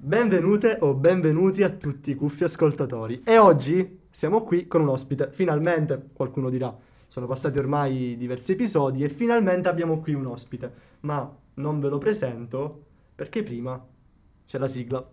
Benvenute o benvenuti a tutti i cuffi ascoltatori. E oggi siamo qui con un ospite. Finalmente, qualcuno dirà, sono passati ormai diversi episodi e finalmente abbiamo qui un ospite. Ma non ve lo presento perché prima c'è la sigla.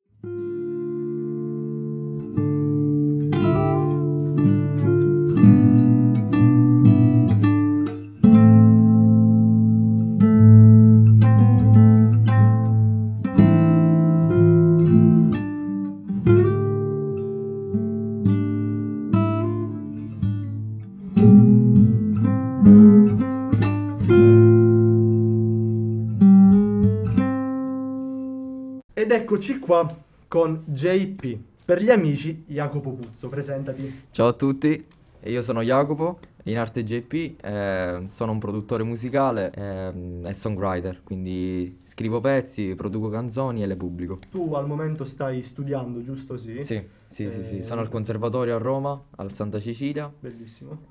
Ed eccoci qua con JP. Per gli amici, Jacopo Puzzo, presentati. Ciao a tutti, io sono Jacopo, in arte JP, sono un produttore musicale e songwriter, quindi scrivo pezzi, produco canzoni e le pubblico. Tu al momento stai studiando, giusto? Sì. Sì, sono al conservatorio a Roma, al Santa Cecilia, Bellissimo.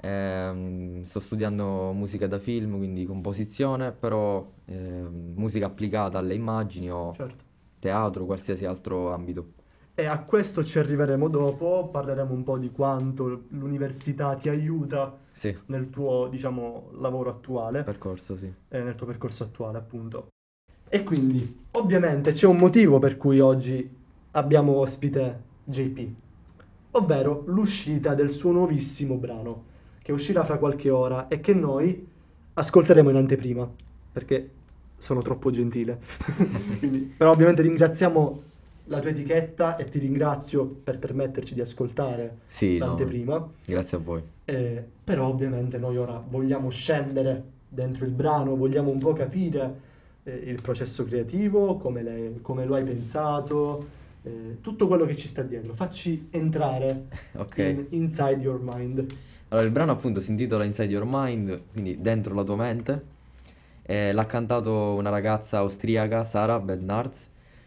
sto studiando musica da film, quindi composizione, però musica applicata alle immagini o Certo. teatro, qualsiasi altro ambito. E a questo ci arriveremo dopo, parleremo un po' di quanto l'università ti aiuta Sì, nel tuo, diciamo, lavoro attuale, percorso, sì. nel tuo percorso attuale, appunto. E quindi, ovviamente, c'è un motivo per cui oggi abbiamo ospite JP, ovvero l'uscita del suo nuovissimo brano, che uscirà fra qualche ora e che noi ascolteremo in anteprima, perché sono troppo gentile. Però ovviamente ringraziamo la tua etichetta e ti ringrazio per permetterci di ascoltare Sì, no, l'anteprima. grazie a voi. Però ovviamente noi ora vogliamo scendere dentro il brano, vogliamo un po' capire il processo creativo, come lo hai pensato, tutto quello che ci sta dietro. Facci entrare Ok. in Inside Your Mind. Allora, il brano appunto si intitola Inside Your Mind, quindi dentro la tua mente. L'ha cantato una ragazza austriaca, Sara Bednarz.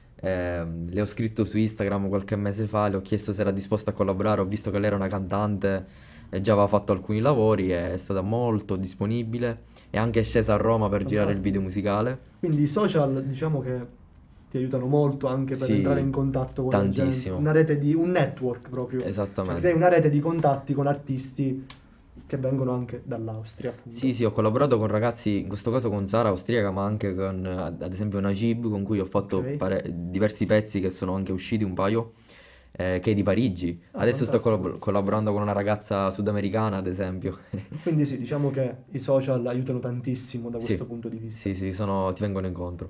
Le ho scritto su Instagram qualche mese fa, le ho chiesto se era disposta a collaborare, ho visto che lei era una cantante e già aveva fatto alcuni lavori, è stata molto disponibile. È anche scesa a Roma per girare il video Fantastico. musicale. Quindi i social diciamo che ti aiutano molto anche per entrare in Sì, contatto con la gente, tantissimo. una rete di un network proprio, cioè crei Esattamente. una rete di contatti con artisti che vengono anche dall'Austria, Sì, appunto. sì, ho collaborato con ragazzi, in questo caso con Sara austriaca, ma anche con, ad esempio, Najib, con cui ho Ok? fatto diversi pezzi che sono anche usciti un paio, che è di Parigi. Ah, Adesso sto fantastico. collaborando con una ragazza sudamericana, ad esempio. Quindi sì, diciamo che i social aiutano tantissimo da questo Sì, punto di vista. sì, ti vengono incontro.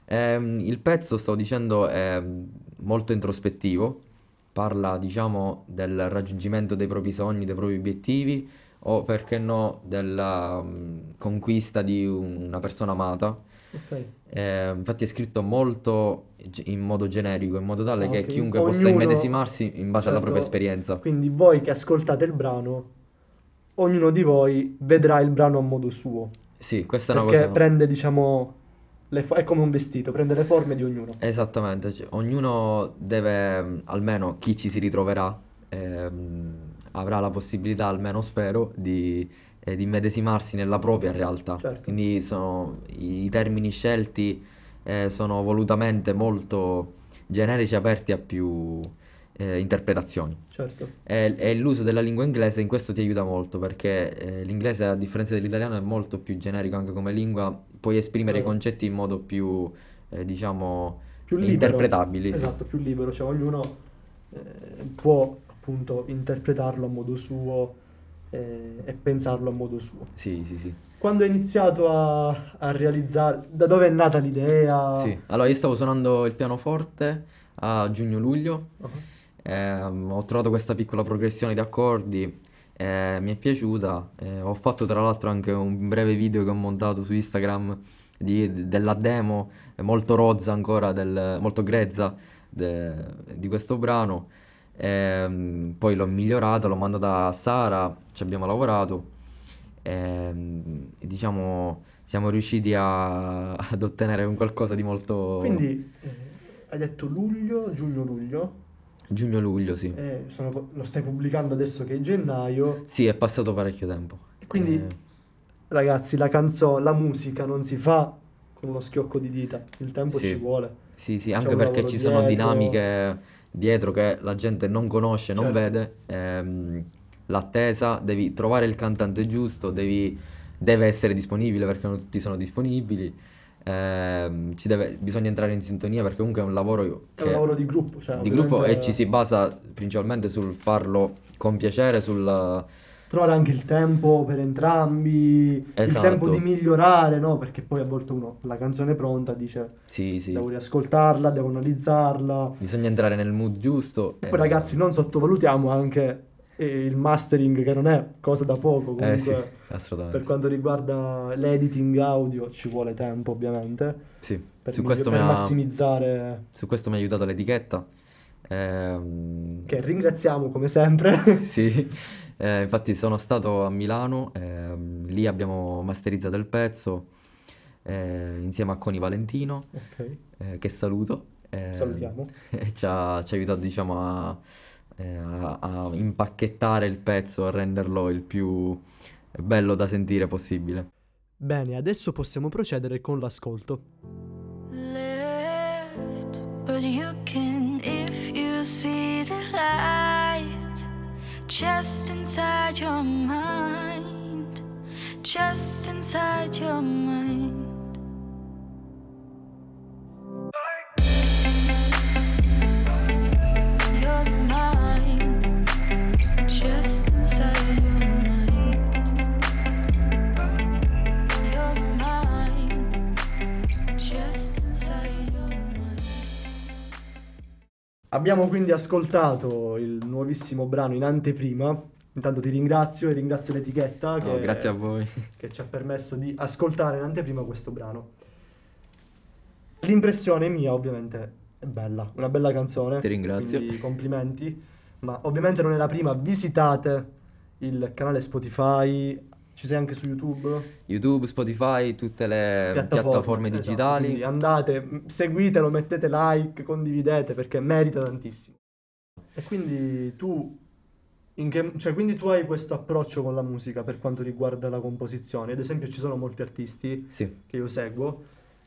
Il pezzo, stavo dicendo, è molto introspettivo, parla, diciamo, del raggiungimento dei propri sogni, dei propri obiettivi, o perché no, della conquista di una persona amata. Ok. Infatti è scritto molto in modo generico, in modo tale Ah, che ok. chiunque possa Ognuno, immedesimarsi in base alla propria certo, esperienza. quindi voi che ascoltate il brano, ognuno di voi vedrà il brano a modo suo, Sì, questa è una perché cosa. prende, diciamo, è come un vestito, prende le forme di ognuno. Esattamente, cioè, ognuno deve, almeno chi ci si ritroverà, avrà la possibilità, almeno spero, di immedesimarsi nella propria realtà. Certo, Quindi i termini scelti sono volutamente molto generici, aperti a più interpretazioni. certo. E l'uso della lingua inglese in questo ti aiuta molto perché l'inglese, a differenza dell'italiano, è molto più generico anche come lingua, puoi esprimere i Vero. concetti in modo più, diciamo, Più libero, interpretabili, sì. esatto, più libero, cioè ognuno può appunto interpretarlo a modo suo e pensarlo a modo suo. Sì. Quando hai iniziato a realizzare, da dove è nata l'idea? Sì, allora io stavo suonando il pianoforte a giugno-luglio, Ah, ho trovato questa piccola progressione di accordi, mi è piaciuta, ho fatto tra l'altro anche un breve video che ho montato su Instagram della demo, molto rozza ancora, molto grezza di questo brano. Poi l'ho migliorato, l'ho mandata a Sara, ci abbiamo lavorato e diciamo siamo riusciti ad ottenere un qualcosa di molto. quindi hai detto luglio, giugno-luglio, Giugno-luglio, sì. lo stai pubblicando adesso che è gennaio, Sì, è passato parecchio tempo. e quindi ragazzi la canzone, la musica non si fa con uno schiocco di dita, il tempo ci Sì, vuole. Sì, sì, C'è anche un perché lavoro ci sono dietro, dinamiche dietro che la gente non conosce, non certo. vede. L'attesa, devi trovare il cantante giusto, deve essere disponibile perché non tutti sono disponibili. Bisogna entrare in sintonia perché comunque è un lavoro È un lavoro di gruppo, cioè di gruppo e ci ovviamente si basa principalmente sul farlo con piacere, trovare anche il tempo per entrambi, il tempo di Esatto, migliorare, no? Perché poi a volte uno la canzone pronta dice sì, sì. devo riascoltarla, devo analizzarla. Bisogna entrare nel mood giusto. E poi ragazzi non sottovalutiamo anche il mastering che non è cosa da poco, Sì, comunque per assolutamente. quanto riguarda l'editing audio ci vuole tempo ovviamente Sì, per massimizzare, su questo mi ha aiutato l'etichetta. Ehm, che ringraziamo come sempre. sì, infatti sono stato a Milano, lì abbiamo masterizzato il pezzo insieme a Coni Valentino, Ok, che saluto, salutiamo. e ci ha aiutato, diciamo, a impacchettare il pezzo, a renderlo il più bello da sentire possibile. Bene, adesso possiamo procedere con l'ascolto. Left, but you can if you see the light just inside your mind, just inside your mind. Your mind, just inside your mind. Your mind, just inside your mind. Abbiamo quindi ascoltato il nuovissimo brano in anteprima. Intanto ti ringrazio e ringrazio l'etichetta No, grazie a voi. che ci ha permesso di ascoltare in anteprima questo brano. L'impressione mia ovviamente è bella, una bella canzone, Ti ringrazio. quindi complimenti, ma ovviamente non è la prima, visitate il canale Spotify, ci sei anche su YouTube, YouTube, Spotify, tutte le piattaforme, piattaforme esatto, quindi digitali. andate, seguitelo, mettete like, condividete perché merita tantissimo. E quindi quindi tu hai questo approccio con la musica per quanto riguarda la composizione. Ad esempio, ci sono molti artisti Sì, che io seguo.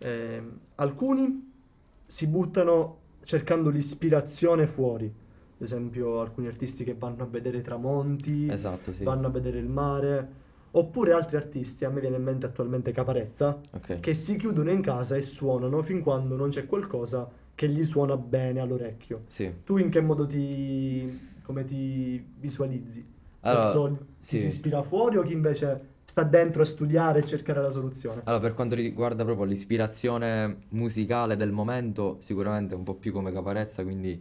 Alcuni si buttano cercando l'ispirazione fuori. Ad esempio, alcuni artisti che vanno a vedere i tramonti, esatto, sì. vanno a vedere il mare. Oppure altri artisti, a me viene in mente attualmente Caparezza, Ok. che si chiudono in casa e suonano fin quando non c'è qualcosa che gli suona bene all'orecchio. Sì. Tu in che modo come ti visualizzi? Allora, Chi si sì. ispira fuori o chi invece sta dentro a studiare e cercare la soluzione? Allora, per quanto riguarda proprio l'ispirazione musicale del momento, sicuramente un po' più come Caparezza, quindi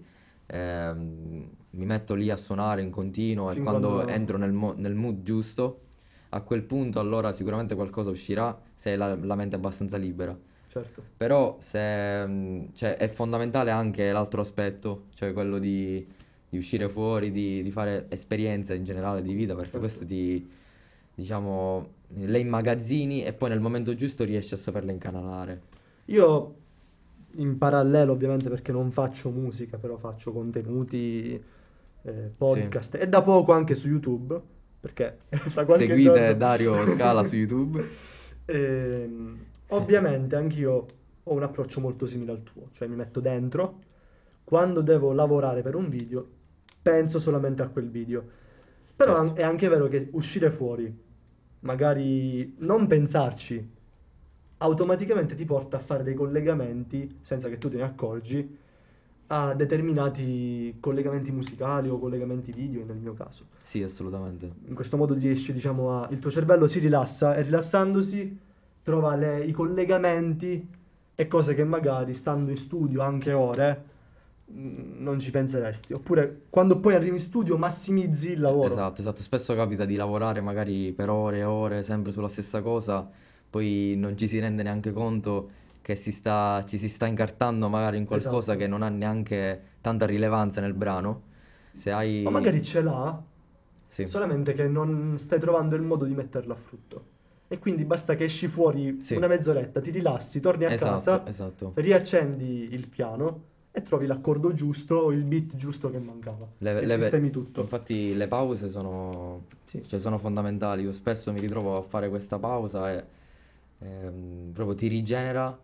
mi metto lì a suonare in continuo e Fin quando quando... entro nel mood giusto, a quel punto allora sicuramente qualcosa uscirà se la mente è abbastanza libera. Certo, Però cioè, è fondamentale anche l'altro aspetto, cioè quello di uscire fuori, di fare esperienze in generale di vita, perché certo. questo diciamo, le immagazzini e poi nel momento giusto riesci a saperle incanalare. Io in parallelo, ovviamente, perché non faccio musica, però faccio contenuti, Sì. podcast e da poco anche su YouTube, perché fra qualche Seguite giorno... Dario Scala su YouTube. Ovviamente anch'io ho un approccio molto simile al tuo, cioè mi metto dentro, quando devo lavorare per un video, penso solamente a quel video. Però Certo. è anche vero che uscire fuori, magari non pensarci, automaticamente ti porta a fare dei collegamenti, senza che tu te ne accorgi, a determinati collegamenti musicali o collegamenti video, nel mio caso. Sì, assolutamente. In questo modo riesci, diciamo, il tuo cervello si rilassa e rilassandosi trova i collegamenti e cose che magari stando in studio anche ore non ci penseresti. Oppure quando poi arrivi in studio massimizzi il lavoro. Esatto, esatto. Spesso capita di lavorare magari per ore e ore sempre sulla stessa cosa, poi non ci si rende neanche conto che ci si sta incartando magari in qualcosa che Esatto. non ha neanche tanta rilevanza nel brano. Se O hai... magari ce l'ha, Sì, solamente che non stai trovando il modo di metterlo a frutto. E quindi basta che esci fuori sì, una mezz'oretta, ti rilassi, torni a esatto, casa, esatto. riaccendi il piano e trovi l'accordo giusto o il beat giusto che mancava. E sistemi tutto. Infatti le pause sono, Sì, cioè, sono fondamentali. Io spesso mi ritrovo a fare questa pausa e proprio ti rigenera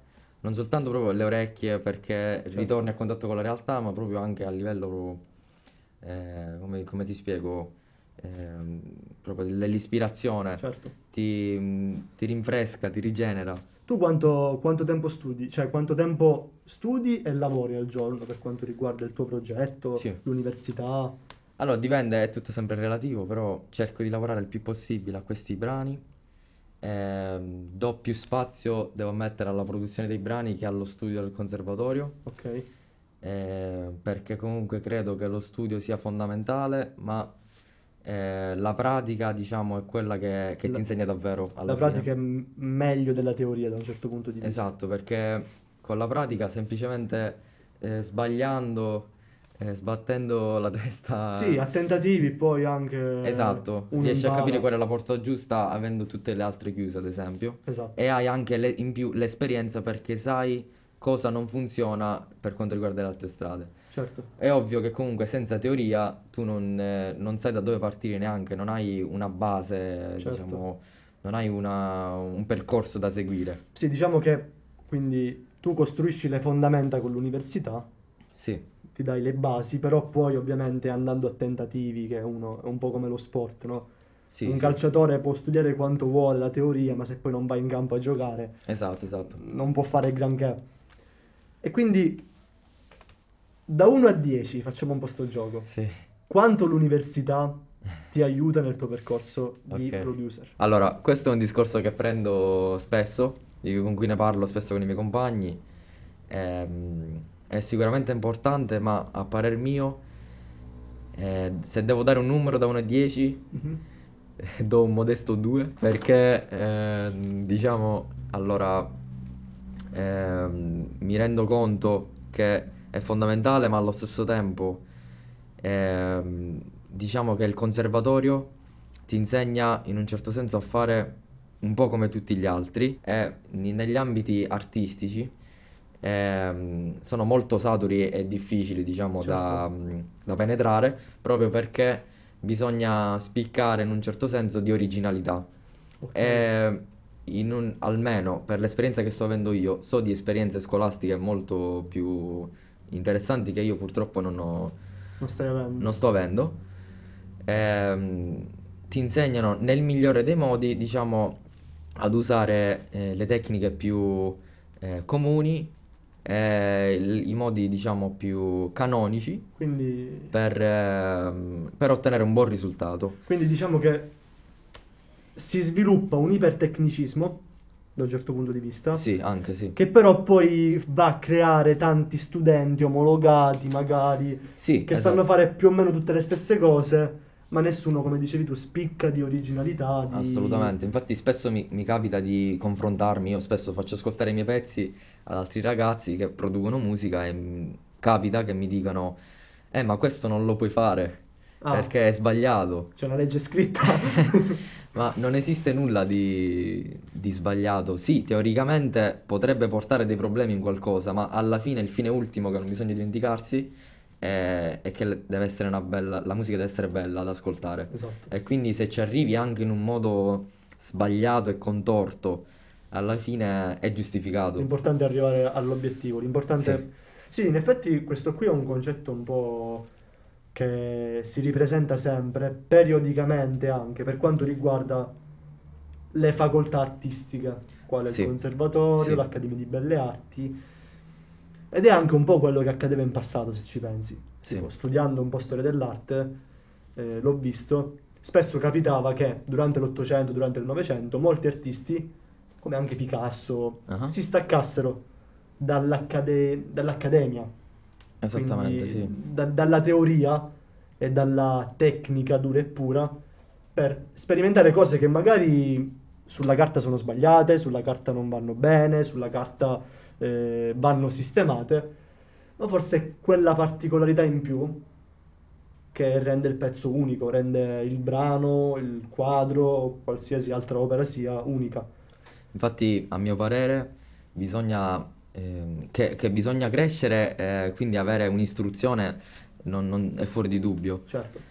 non soltanto proprio le orecchie perché Certo. ritorni a contatto con la realtà, ma proprio anche a livello proprio, come ti spiego, proprio dell'ispirazione, Certo. ti rinfresca, ti rigenera. Tu quanto tempo studi? Cioè, quanto tempo studi e lavori al giorno per quanto riguarda il tuo progetto, Sì. l'università? Allora, dipende, è tutto sempre relativo, però cerco di lavorare il più possibile a questi brani. Do più spazio, devo mettere alla produzione dei brani che allo studio del conservatorio, Ok. perché comunque credo che lo studio sia fondamentale, ma la pratica, diciamo, è quella che ti La, insegna davvero la alla fine. pratica è meglio della teoria da un certo punto di vista. Esatto, perché con la pratica semplicemente sbagliando, sbattendo la Sì, testa. a tentativi poi anche Esatto, uno riesci a capire impara. qual è la porta giusta avendo tutte le altre chiuse, ad esempio, Esatto, e hai anche in più l'esperienza perché sai cosa non funziona per quanto riguarda le altre strade. certo, È ovvio che comunque senza teoria tu non sai da dove partire neanche, non hai una base, certo. diciamo, non hai un percorso da seguire. Sì, diciamo che quindi tu costruisci le fondamenta con l'università, Sì, ti dai le basi, però poi ovviamente andando a tentativi, che uno è un po' come lo sport, no? sì, Un sì, calciatore può studiare quanto vuole la teoria, ma se poi non va in campo a giocare esatto, esatto. non può fare granché. E quindi da 1 a 10 facciamo un po' sto gioco. Sì, Quanto l'università ti aiuta nel tuo percorso di ok. producer? Allora, questo è un discorso che prendo spesso, con cui ne parlo spesso con i miei compagni. È sicuramente importante, ma a parer mio, se devo dare un numero da 1 a 10, Mhm. do un modesto 2, perché diciamo, allora, mi rendo conto che è fondamentale, ma allo stesso tempo, diciamo che il conservatorio ti insegna in un certo senso a fare un po' come tutti gli altri e negli ambiti artistici sono molto saturi e difficili, diciamo, da, Certo. da penetrare, proprio perché bisogna spiccare in un certo senso di originalità. Ok, E almeno per l'esperienza che sto avendo io, so di esperienze scolastiche molto più interessanti che io purtroppo non stai avendo. non sto avendo. Ti insegnano nel migliore dei modi, diciamo, ad usare le tecniche più comuni, i modi, diciamo, più canonici Quindi, per ottenere un buon risultato. quindi diciamo che si sviluppa un ipertecnicismo da un certo punto di vista, Sì, anche sì. che però poi va a creare tanti studenti omologati, magari, Sì, che sanno esatto. fare più o meno tutte le stesse cose, ma nessuno, come dicevi tu, spicca di originalità, di... Assolutamente, infatti spesso mi capita di confrontarmi, io spesso faccio ascoltare i miei pezzi ad altri ragazzi che producono musica e capita che mi dicano, ma questo non lo puoi fare Ah, perché è sbagliato. c'è una legge scritta. Ma non esiste nulla di sbagliato. Sì, teoricamente potrebbe portare dei problemi in qualcosa, ma alla fine il fine ultimo che non bisogna dimenticarsi è che deve essere la musica deve essere bella da ascoltare. Esatto. E quindi se ci arrivi anche in un modo sbagliato e contorto, alla fine è giustificato. L'importante è arrivare all'obiettivo. Sì, L'importante... Sì, in effetti questo qui è un concetto un po' che si ripresenta sempre, periodicamente anche, per quanto riguarda le facoltà artistiche, quale il sì, conservatorio, sì, l'Accademia di Belle Arti, ed è anche un po' quello che accadeva in passato, se ci pensi. sì, Tipo, studiando un po' storia dell'arte, l'ho visto, spesso capitava che durante l'Ottocento, durante il Novecento, molti artisti, come anche Picasso, ah, si staccassero dall'accademia, esattamente, quindi sì, dalla teoria e dalla tecnica dura e pura, per sperimentare cose che magari sulla carta sono sbagliate, sulla carta non vanno bene, sulla carta vanno sistemate, ma forse è quella particolarità in più che rende il pezzo unico, rende il brano, il quadro, qualsiasi altra opera sia unica. Infatti, a mio parere, bisogna, che bisogna crescere, quindi avere un'istruzione è fuori di dubbio. Certo,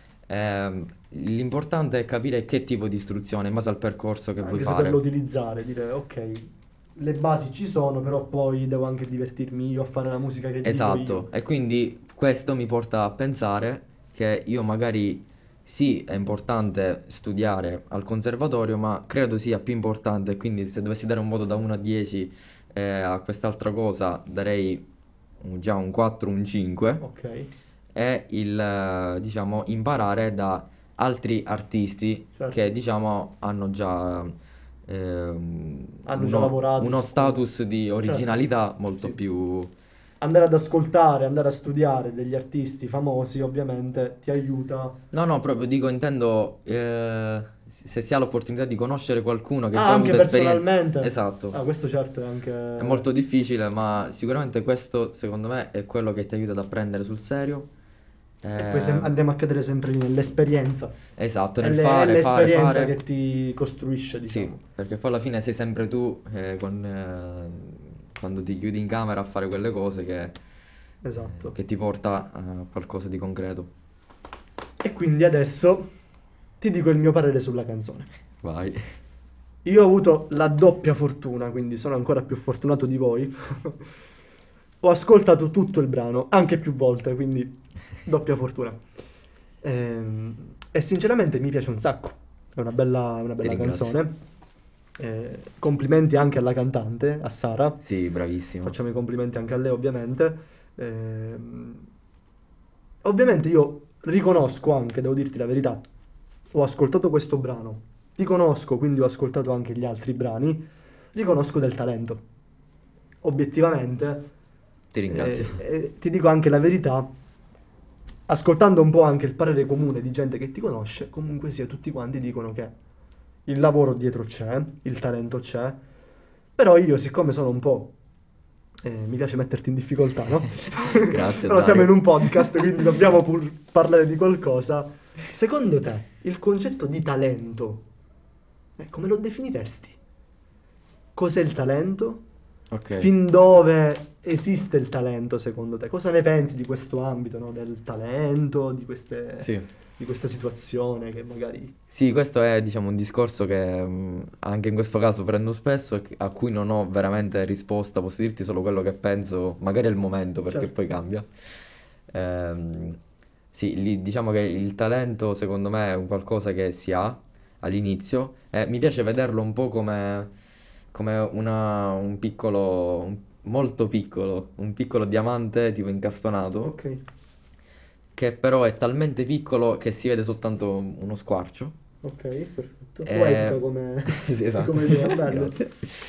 L'importante è capire che tipo di istruzione in base al percorso che vuoi anche saperlo fare. utilizzare, dire ok, le basi ci sono, però poi devo anche divertirmi io a fare la musica che dico Esatto, io. e quindi questo mi porta a pensare che io magari sì, è importante studiare al conservatorio, ma credo sia più importante, quindi se dovessi dare un voto da 1 a 10 a quest'altra cosa darei già un 4, un 5, Ok, è diciamo, imparare da altri artisti certo. che, diciamo, hanno già Hanno già lavorato uno su quello. status di Certo. originalità molto Sì. più... Andare ad ascoltare, andare a studiare degli artisti famosi, ovviamente ti aiuta. No, no, proprio dico, intendo se si ha l'opportunità di conoscere qualcuno che ha Ah, già anche avuto esperienza. personalmente. Esatto. Ah, questo certo è È anche... molto difficile, ma sicuramente questo, secondo me, è quello che ti aiuta ad apprendere sul serio. E poi Eh, andiamo a cadere sempre lì nell'esperienza. esatto, È, nel è fare, l'esperienza che fare. ti costruisce, Sì, diciamo. perché poi alla fine sei sempre tu quando ti chiudi in camera a fare quelle cose Esatto. che ti porta a qualcosa di concreto. E quindi adesso ti dico il mio parere sulla canzone. Vai. Io ho avuto la doppia fortuna, quindi sono ancora più fortunato di voi. Ho ascoltato tutto il brano, anche più volte, quindi doppia fortuna. E sinceramente mi piace un sacco. È una Ti bella ringrazio. canzone. Complimenti anche alla cantante, a Sara. Sì, bravissimo. Facciamo i complimenti anche a lei, ovviamente. Ovviamente io riconosco anche, devo dirti la verità, ho ascoltato questo brano, ti conosco, quindi ho ascoltato anche gli altri brani, riconosco del talento. Obiettivamente, Ti ringrazio. ti dico anche la verità, ascoltando un po' anche il parere comune di gente che ti conosce, comunque sia tutti quanti dicono che il lavoro dietro c'è, il talento c'è, però io siccome sono un po'... mi piace metterti in difficoltà, no? Grazie, Però siamo in Dario. un podcast, quindi dobbiamo pur parlare di qualcosa. Secondo te, il concetto di talento, come lo definiresti? Cos'è il talento? Ok. Fin dove esiste il talento, secondo te? Cosa ne pensi di questo ambito, no? Del talento, Sì. di questa situazione che magari... Sì, questo è, diciamo, un discorso che anche in questo caso prendo spesso e a cui non ho veramente risposta, posso dirti solo quello che penso, magari al momento perché Certo. poi cambia. Sì, diciamo che il talento secondo me è un qualcosa che si ha all'inizio e mi piace vederlo un po' come un piccolo, molto piccolo, un piccolo diamante tipo incastonato Ok, che però è talmente piccolo che si vede soltanto uno squarcio. ok, perfetto. Eh, Poetica come, sì, esatto. come idea, bello. Grazie.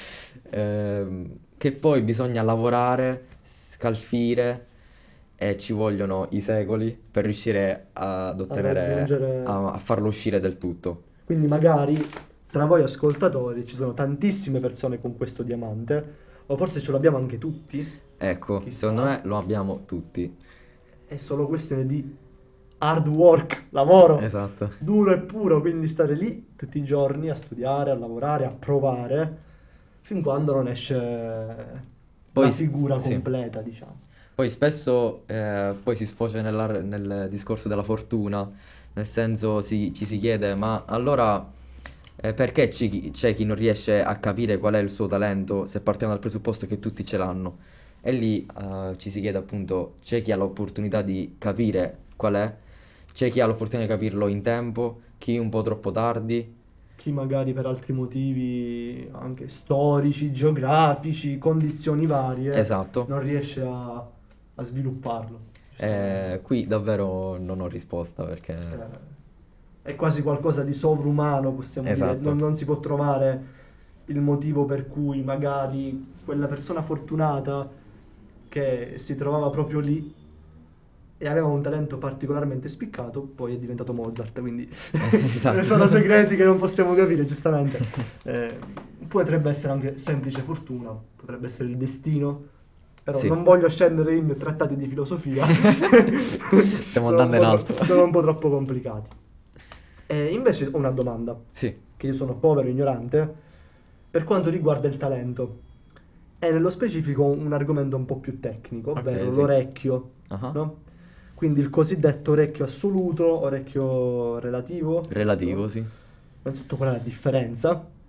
Che poi bisogna lavorare, scalfire e ci vogliono i secoli per riuscire ad A ottenere, raggiungere... a farlo uscire del tutto. Quindi magari tra voi ascoltatori ci sono tantissime persone con questo diamante, o forse ce l'abbiamo anche tutti, Ecco, chissà. secondo me lo abbiamo tutti. È solo questione di hard work, lavoro, Esatto. duro e puro, quindi stare lì tutti i giorni a studiare, a lavorare, a provare, fin quando non esce Poi la s- figura sì. completa, diciamo. Poi spesso poi si sfocia nel discorso della fortuna, nel senso ci si chiede, ma allora perché c'è chi non riesce a capire qual è il suo talento se partiamo dal presupposto che tutti ce l'hanno? E lì ci si chiede appunto, c'è chi ha l'opportunità di capire qual è, c'è chi ha l'opportunità di capirlo in tempo, chi un po' troppo tardi. Chi magari per altri motivi anche storici, geografici, condizioni varie, Esatto. non riesce a svilupparlo. giustamente. Qui davvero non ho risposta perché... È quasi qualcosa di sovrumano, possiamo dire. Esatto. Non si può trovare il motivo per cui magari quella persona fortunata che si trovava proprio lì e aveva un talento particolarmente spiccato, poi è diventato Mozart, quindi Esatto. sono segreti che non possiamo capire, giustamente. Potrebbe essere anche semplice fortuna, potrebbe essere il destino, però Sì. non voglio scendere in trattati di filosofia. Stiamo Sono andando un in po' alto. sono un po' troppo complicati. Invece ho una domanda, Sì. che io sono povero, ignorante, per quanto riguarda il talento. È nello specifico un argomento un po' più tecnico, Ok, ovvero sì. l'orecchio, Ah. no? Quindi il cosiddetto orecchio assoluto, orecchio relativo. Relativo, giusto? sì. Innanzitutto qual è la differenza?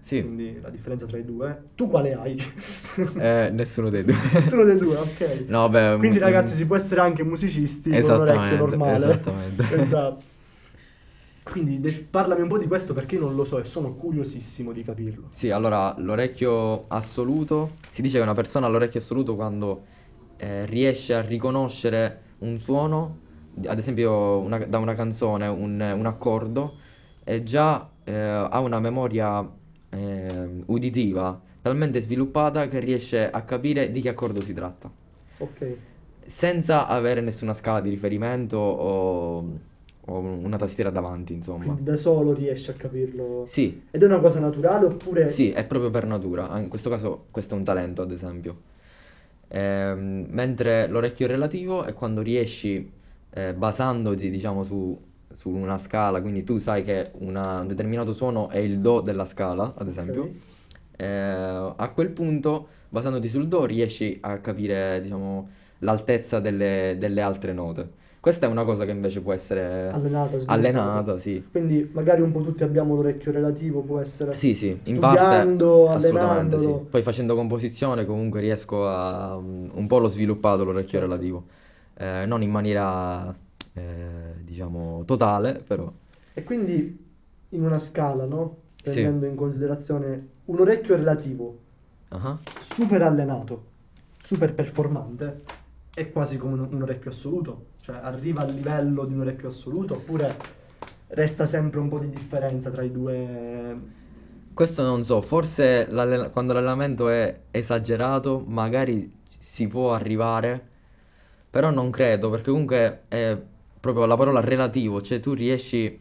Sì. quindi la differenza tra i due. Tu quale hai? Nessuno dei due. Nessuno dei due, ok. No, beh, Quindi in- ragazzi si può essere anche musicisti con un orecchio Esattamente, normale. esattamente. Senza... Quindi parlami un po' di questo perché io non lo so e sono curiosissimo di capirlo. Sì, allora, l'orecchio assoluto, si dice che una persona ha l'orecchio assoluto quando riesce a riconoscere un suono, ad esempio da una canzone, un accordo, e già ha una memoria uditiva talmente sviluppata che riesce a capire di che accordo si tratta, Ok. senza avere nessuna scala di riferimento o una tastiera davanti, insomma. Quindi da solo riesci a capirlo. Sì, Ed è una cosa naturale oppure... sì, è proprio per natura. In questo caso questo è un talento, ad esempio. Mentre l'orecchio relativo è quando riesci, basandoti, diciamo, su una scala, quindi tu sai che un determinato suono è il do della scala, ad esempio. A quel punto, basandoti sul do, riesci a capire, diciamo, l'altezza delle altre note. Questa è una cosa che invece può essere Allenata, sviluppata. allenata, sì. Quindi magari un po' tutti abbiamo l'orecchio relativo, può essere Sì, sì, in parte studiando, assolutamente sì. allenandolo. Poi facendo composizione comunque riesco a un po' l'ho sviluppato l'orecchio Certo. relativo. Non in maniera diciamo totale, però E quindi in una scala, no? sì. Prendendo in considerazione un orecchio relativo Ah. super allenato, super performante, è quasi come un orecchio assoluto. Cioè arriva al livello di un orecchio assoluto oppure resta sempre un po' di differenza tra i due. Questo non so, forse quando l'allenamento è esagerato magari si può arrivare, però non credo, perché comunque è proprio la parola relativo, cioè tu riesci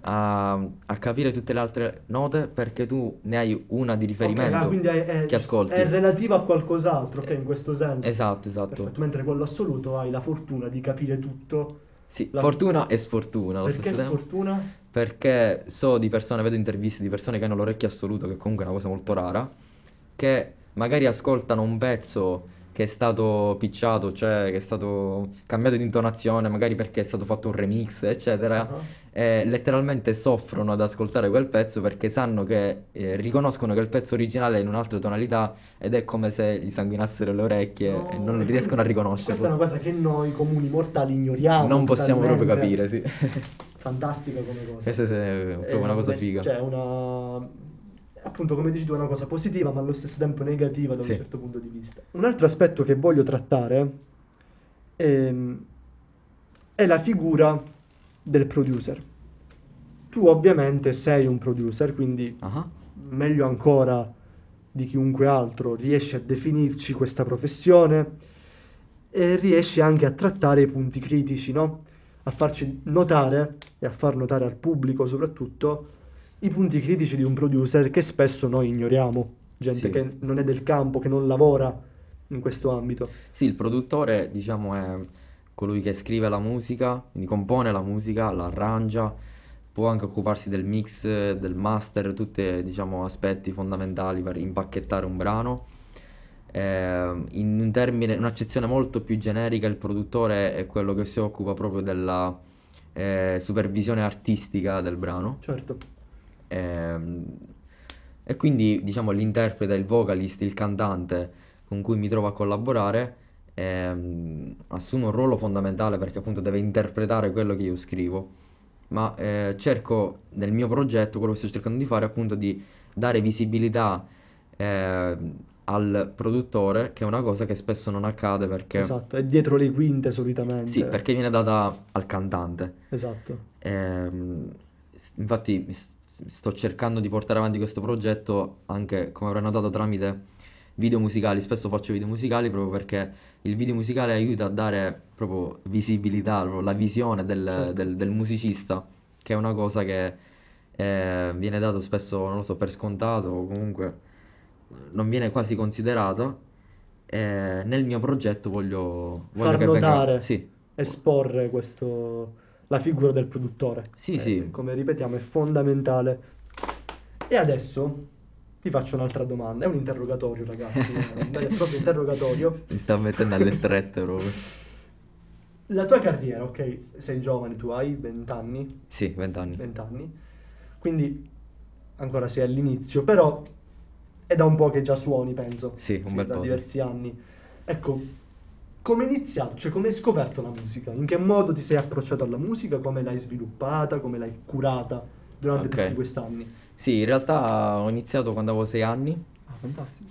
a capire tutte le altre note perché tu ne hai una di Ok, riferimento quindi che ascolti. è relativa a qualcos'altro, ok, in questo senso. Esatto, esatto. Perfetto, mentre quello assoluto hai la fortuna di capire tutto. Sì, La- fortuna e sfortuna allo Perché stesso tempo. sfortuna? Perché so di persone, vedo interviste di persone che hanno l'orecchio assoluto, che comunque è una cosa molto rara, che magari ascoltano un pezzo che è stato pitchato, cioè che è stato cambiato di intonazione, magari perché è stato fatto un remix, eccetera, Ah. e letteralmente soffrono ad ascoltare quel pezzo perché sanno che riconoscono che il pezzo originale è in un'altra tonalità ed è come se gli sanguinassero le orecchie No, e non e riescono a quindi riconoscerlo. Questa è una cosa che noi comuni mortali ignoriamo. Non possiamo proprio totalmente. capire, sì. Fantastica come cosa. Questa è proprio una cosa figa. Cioè, appunto, come dici tu, è una cosa positiva, ma allo stesso tempo negativa da un Sì. certo punto di vista. Un altro aspetto che voglio trattare è la figura del producer. Tu ovviamente sei un producer, quindi Ah, meglio ancora di chiunque altro riesci a definirci questa professione e riesci anche a trattare i punti critici, no? A farci notare e a far notare al pubblico soprattutto i punti critici di un producer che spesso noi ignoriamo, gente Sì. che non è del campo, che non lavora in questo ambito. Sì, il produttore, diciamo, è colui che scrive la musica, quindi compone la musica, la arrangia, può anche occuparsi del mix, del master, tutti, diciamo, aspetti fondamentali per impacchettare un brano. In un termine, un'accezione molto più generica, il produttore è quello che si occupa proprio della supervisione artistica del brano. Certo. Ehm, E quindi, diciamo, l'interprete, il vocalist, il cantante con cui mi trovo a collaborare assume un ruolo fondamentale perché appunto deve interpretare quello che io scrivo. Ma cerco nel mio progetto, quello che sto cercando di fare, è appunto di dare visibilità al produttore, che è una cosa che spesso non accade perché Esatto, è dietro le quinte solitamente. sì, perché viene data al cantante. Esatto. Infatti sto cercando di portare avanti questo progetto anche, come avrai notato, tramite video musicali. Spesso faccio video musicali proprio perché il video musicale aiuta a dare proprio visibilità, proprio la visione Certo. del musicista, che è una cosa che viene dato spesso, non lo so, per scontato o comunque non viene quasi considerata. Nel mio progetto voglio Far che venga... notare, Sì, esporre la figura del produttore. sì, sì. Come ripetiamo, è fondamentale. E adesso ti faccio un'altra domanda. È un interrogatorio, ragazzi. È un vero e proprio interrogatorio. Mi sta mettendo alle strette proprio. La tua carriera, ok? Sei giovane, tu hai 20 anni? Sì, 20 anni. 20 anni. Quindi ancora sei all'inizio, però è da un po' che già suoni, penso. Sì, un bel da po', sì. diversi anni. Ecco, come hai iniziato? Cioè, come hai scoperto la musica? In che modo ti sei approcciato alla musica? Come l'hai sviluppata? Come l'hai curata durante Ok. tutti quest'anni? Sì, in realtà ho iniziato quando avevo 6 anni. Ah, fantastico.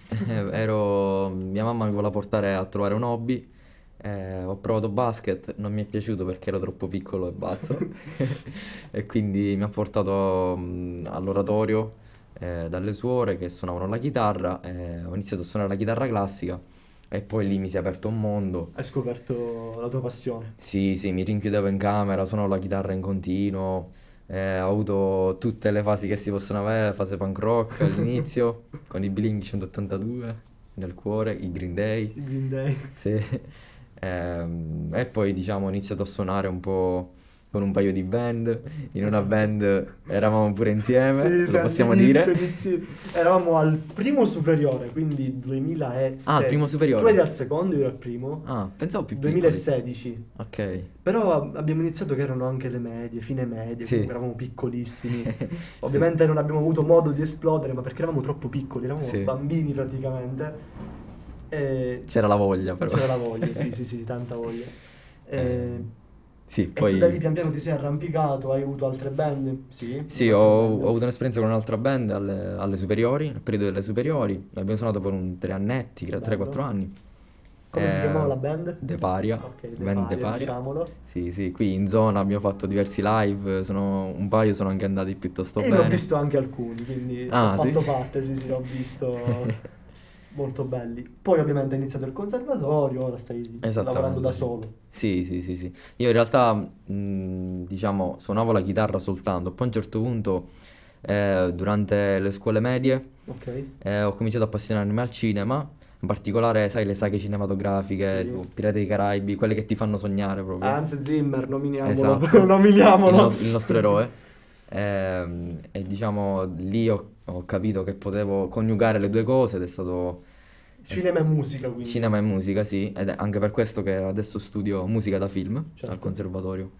Mia mamma mi voleva portare a trovare un hobby. Ho provato basket, non mi è piaciuto perché ero troppo piccolo e basso. E quindi mi ha portato all'oratorio dalle suore che suonavano la chitarra. Ho iniziato a suonare la chitarra classica e poi lì mi si è aperto un mondo. Hai scoperto la tua passione. Sì, sì, mi rinchiudevo in camera, suonavo la chitarra in continuo, ho avuto tutte le fasi che si possono avere, la fase punk rock all'inizio, con i Blink 182 nel cuore, i Green Day, Il Green Day. sì. E poi diciamo ho iniziato a suonare un po' con un paio di band, in una Esatto. band eravamo pure insieme, Sì, lo possiamo all'inizio, dire. eravamo al primo superiore, quindi 2006. Ah, al primo superiore. Tu eri al secondo, io ero al primo. Ah, pensavo più piccoli. 2016. Ok. Però abbiamo iniziato che erano anche le medie, fine medie, Sì. comunque eravamo piccolissimi. Sì. Ovviamente non abbiamo avuto modo di esplodere, ma perché eravamo troppo piccoli, eravamo Sì. bambini praticamente. E C'era la voglia però. c'era la voglia, sì, tanta voglia. Sì, E poi... tu da lì pian piano ti sei arrampicato, hai avuto altre band? Sì, Sì, altre ho band. avuto un'esperienza con un'altra band alle superiori, nel periodo delle superiori. Abbiamo suonato per un 3 annetti, 3-4 anni. Come si chiamava la Eh, band? De Paria, Ok, De band De Paria, Paria. diciamolo. Sì, sì, qui in zona abbiamo fatto diversi live, un paio sono anche andati piuttosto E ne ho bene. visto anche alcuni, quindi Ah, ho sì? fatto parte, sì, l'ho visto. Molto belli. Poi ovviamente hai iniziato il conservatorio, ora stai lavorando da Esattamente, sì. solo. Sì, sì, sì, sì. Io in realtà, diciamo, suonavo la chitarra soltanto. Poi a un certo punto, durante le scuole medie, Ok? ho cominciato a appassionarmi al cinema, in particolare, sai, le saghe cinematografiche, Sì. tipo Pirati dei Caraibi, quelle che ti fanno sognare proprio. Hans Zimmer, nominiamolo. Esatto, Nominiamolo. il nostro eroe. E diciamo, lì ho capito che potevo coniugare le due cose ed è stato... Cinema e musica, quindi. Cinema e musica, sì, ed è anche per questo che adesso studio musica da film Certo. al conservatorio.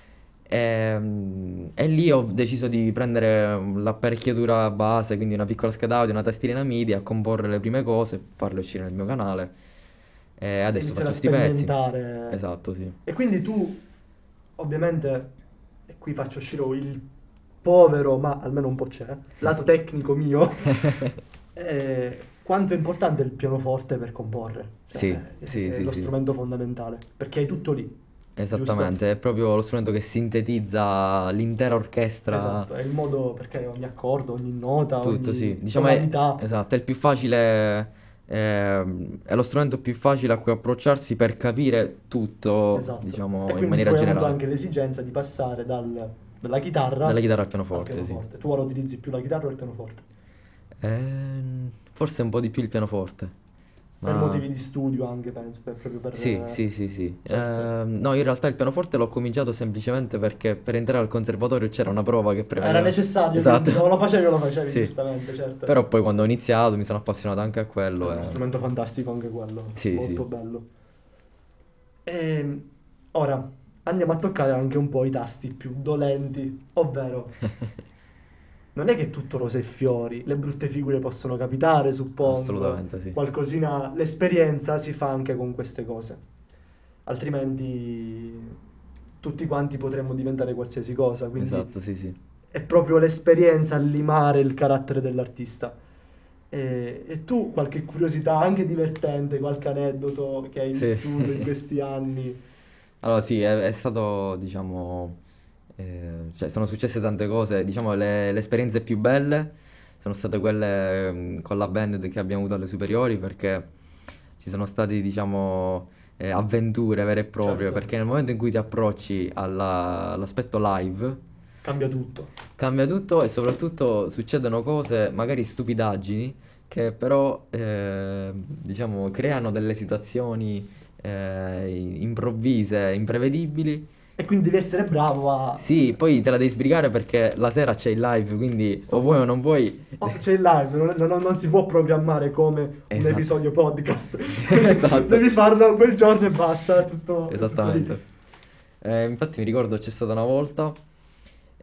E lì ho deciso di prendere l'apparecchiatura base, quindi una piccola scheda audio, una tastierina MIDI, a comporre le prime cose, farle uscire nel mio canale. E adesso Iniziare faccio a sti pezzi. sperimentare. Esatto, sì. E quindi tu, ovviamente, e qui faccio uscire il povero, ma almeno un po' c'è, lato tecnico mio, quanto è importante il pianoforte per comporre. Cioè, Sì, è, sì, è sì, lo sì. strumento fondamentale, perché hai tutto lì. Esattamente, è proprio lo strumento che sintetizza l'intera orchestra. Esatto, è il modo perché ogni accordo, ogni nota, Tutto, ogni sì. Diciamo è, tonalità. esatto, è il più facile, è lo strumento più facile a cui approcciarsi per capire tutto, Esatto. diciamo, E in quindi maniera tu hai avuto generale. anche l'esigenza di passare dalla chitarra Dalla chitarra al al pianoforte, sì. pianoforte. Tu ora utilizzi più la chitarra o il pianoforte? Forse un po' di più il pianoforte. Per Ma... motivi di studio anche, penso, proprio per... Sì, sì, sì, sì. certo. No, in realtà il pianoforte l'ho cominciato semplicemente perché per entrare al conservatorio c'era una prova che prevedeva... Era necessario, Esatto. quindi o lo facevi o lo facevi, Sì. giustamente, certo. Però poi quando ho iniziato mi sono appassionato anche a quello È uno e... strumento fantastico anche quello, Sì, molto sì. bello. Ora andiamo a toccare anche un po' i tasti più dolenti, ovvero non è che tutto rose e fiori, le brutte figure possono capitare, suppongo. Assolutamente sì. Qualcosina, l'esperienza si fa anche con queste cose. Altrimenti tutti quanti potremmo diventare qualsiasi cosa, quindi Esatto, sì, sì. è proprio l'esperienza a limare il carattere dell'artista. E tu qualche curiosità anche divertente, qualche aneddoto che hai Sì. vissuto in questi anni? Allora sì, è stato, diciamo, cioè sono successe tante cose, diciamo le esperienze più belle sono state quelle con la band che abbiamo avuto alle superiori perché ci sono stati, diciamo, avventure vere e proprie, Certo. perché nel momento in cui ti approcci all'aspetto live Cambia tutto. cambia tutto e soprattutto succedono cose, magari stupidaggini, che però, diciamo, creano delle situazioni improvvise, imprevedibili. E quindi devi essere bravo a... Sì, poi te la devi sbrigare perché la sera c'è il live, quindi o vuoi o non vuoi. Oh, c'è il live, non si può programmare come un Esatto. episodio podcast. Esatto. Devi farlo quel giorno e basta, tutto lì. Esattamente. Infatti mi ricordo c'è stata una volta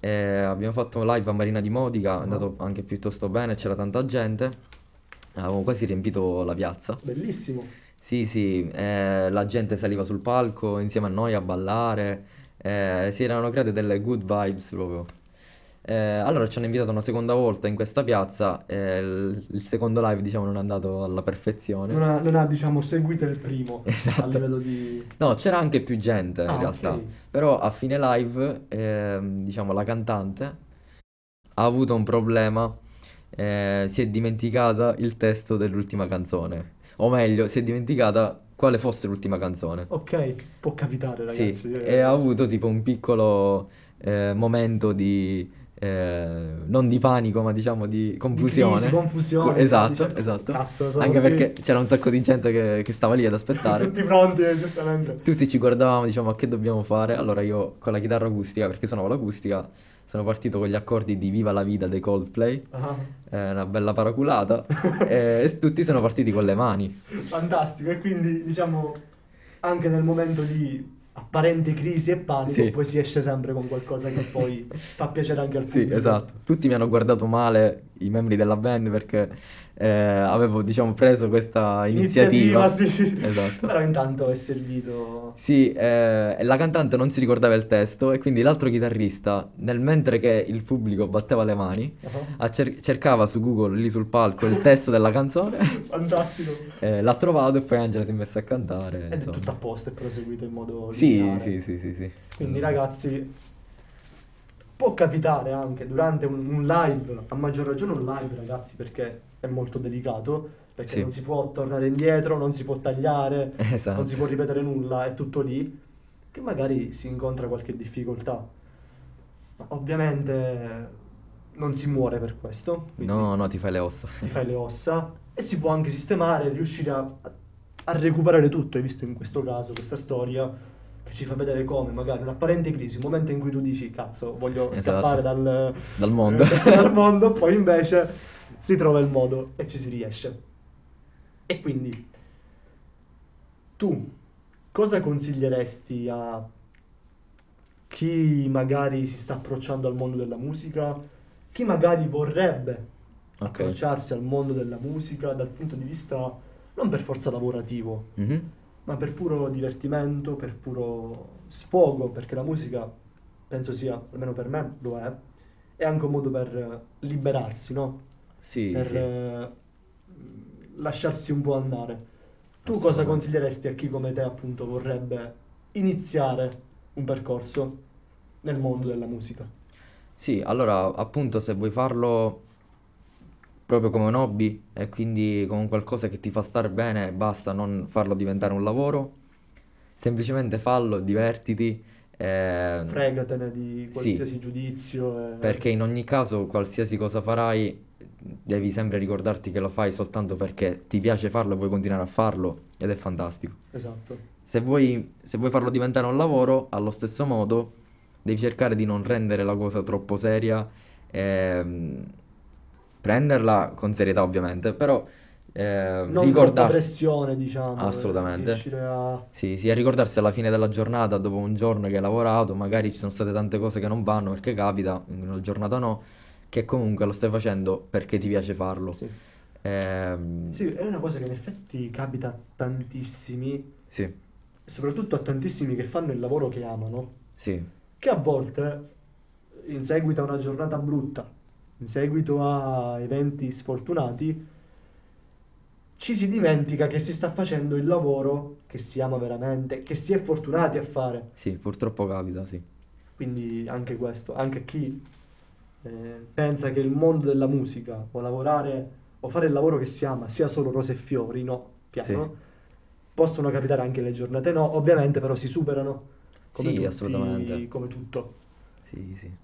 Abbiamo fatto un live a Marina di Modica, è andato Ah, anche piuttosto bene, c'era tanta gente, avevamo quasi riempito la piazza. bellissimo. Sì, sì, la gente saliva sul palco insieme a noi a ballare, si erano create delle good vibes proprio. Allora ci hanno invitato una seconda volta in questa piazza, il secondo live diciamo non è andato alla perfezione. Non ha, diciamo, seguito il primo a Esatto. livello di... No, c'era anche più gente in Ah, ok. realtà, però a fine live, diciamo, la cantante ha avuto un problema, si è dimenticata il testo dell'ultima canzone, o meglio, si è dimenticata quale fosse l'ultima canzone. Ok, può capitare, Sì, ragazzi. e ha avuto tipo un piccolo momento di, non di panico, ma diciamo di Di crisi, confusione. confusione, sì, Esatto, dice, esatto. cazzo, sono Anche qui. perché c'era un sacco di gente che stava lì ad aspettare. Tutti pronti, giustamente. Tutti ci guardavamo, diciamo, ma che dobbiamo fare? Allora io con la chitarra acustica, perché suonavo l'acustica, sono partito con gli accordi di Viva la Vida dei Coldplay, Ah, una bella paraculata, e tutti sono partiti con le mani. fantastico. E quindi, diciamo, anche nel momento di apparente crisi e panico, Sì. poi si esce sempre con qualcosa che poi fa piacere anche al Sì, pubblico. esatto. Tutti mi hanno guardato male, i membri della band, perché avevo, diciamo, preso questa iniziativa. Sì, sì. Esatto. Però intanto è servito. Sì, la cantante non si ricordava il testo e quindi l'altro chitarrista, nel mentre che il pubblico batteva le mani, Ah, cercava su Google, lì sul palco, il testo della canzone, fantastico. l'ha trovato e poi Angela si è messa a cantare, Ed è tutto a insomma. posto, è proseguito in modo Sì, lineare. sì, sì, sì, sì. Quindi ragazzi, può capitare anche durante un live, a maggior ragione un live ragazzi, perché è molto delicato, perché Sì. non si può tornare indietro, non si può tagliare, non si Esatto. può ripetere nulla, è tutto lì, che magari si incontra qualche difficoltà. Ma ovviamente non si muore per questo, quindi No, no, ti fai le ossa. ti fai le ossa e si può anche sistemare, riuscire a recuperare tutto. Hai visto in questo caso questa storia che ci fa vedere come magari un'apparente crisi, un momento in cui tu dici cazzo voglio Esatto. scappare Dal mondo. dal mondo, poi invece si trova il modo e ci si riesce. E quindi tu cosa consiglieresti a chi magari si sta approcciando al mondo della musica, chi magari vorrebbe Ok. approcciarsi al mondo della musica dal punto di vista non per forza lavorativo, Mhm. ma per puro divertimento, per puro sfogo, perché la musica penso sia, almeno per me lo è anche un modo per liberarsi, no? Sì, Per sì. lasciarsi un po' andare. Tu cosa Assolutamente. consiglieresti a chi come te appunto vorrebbe iniziare un percorso nel mondo della musica? Sì, allora, appunto, se vuoi farlo proprio come un hobby e quindi con qualcosa che ti fa stare bene, basta non farlo diventare un lavoro, semplicemente fallo, divertiti. Fregatene di Sì, qualsiasi giudizio. perché in ogni caso, qualsiasi cosa farai, devi sempre ricordarti che lo fai soltanto perché ti piace farlo e vuoi continuare a farlo, ed è fantastico. Esatto. Se vuoi farlo diventare un lavoro, allo stesso modo, devi cercare di non rendere la cosa troppo seria, prenderla con serietà ovviamente, però Non troppa ricordarsi... pressione, diciamo, Assolutamente. riuscire a... Sì, sì, a ricordarsi alla fine della giornata, dopo un giorno che hai lavorato, magari ci sono state tante cose che non vanno, perché capita, in una giornata no, che comunque lo stai facendo perché ti piace farlo. Sì. Ehm, Sì, è una cosa che in effetti capita a tantissimi, sì, e soprattutto a tantissimi che fanno il lavoro che amano, sì, che a volte, in seguito a una giornata brutta, in seguito a eventi sfortunati, ci si dimentica che si sta facendo il lavoro che si ama veramente, che si è fortunati a fare. sì, purtroppo capita, sì. Quindi anche questo, anche chi pensa che il mondo della musica o lavorare o fare il lavoro che si ama sia solo rose e fiori, no, piano, Sì. possono capitare anche le giornate no, ovviamente però si superano come Sì, tutti, assolutamente. come tutto. Sì, sì.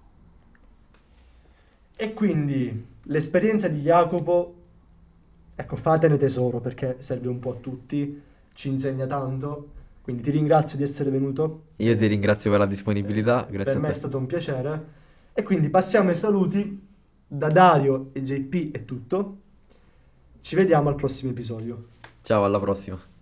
E quindi l'esperienza di Jacopo, ecco, fatene tesoro perché serve un po' a tutti, ci insegna tanto, quindi ti ringrazio di essere venuto. Io ti ringrazio per la disponibilità, Per grazie a me è te. stato un piacere. E quindi passiamo ai saluti. Da Dario e JP è tutto. Ci vediamo al prossimo episodio. Ciao, alla prossima.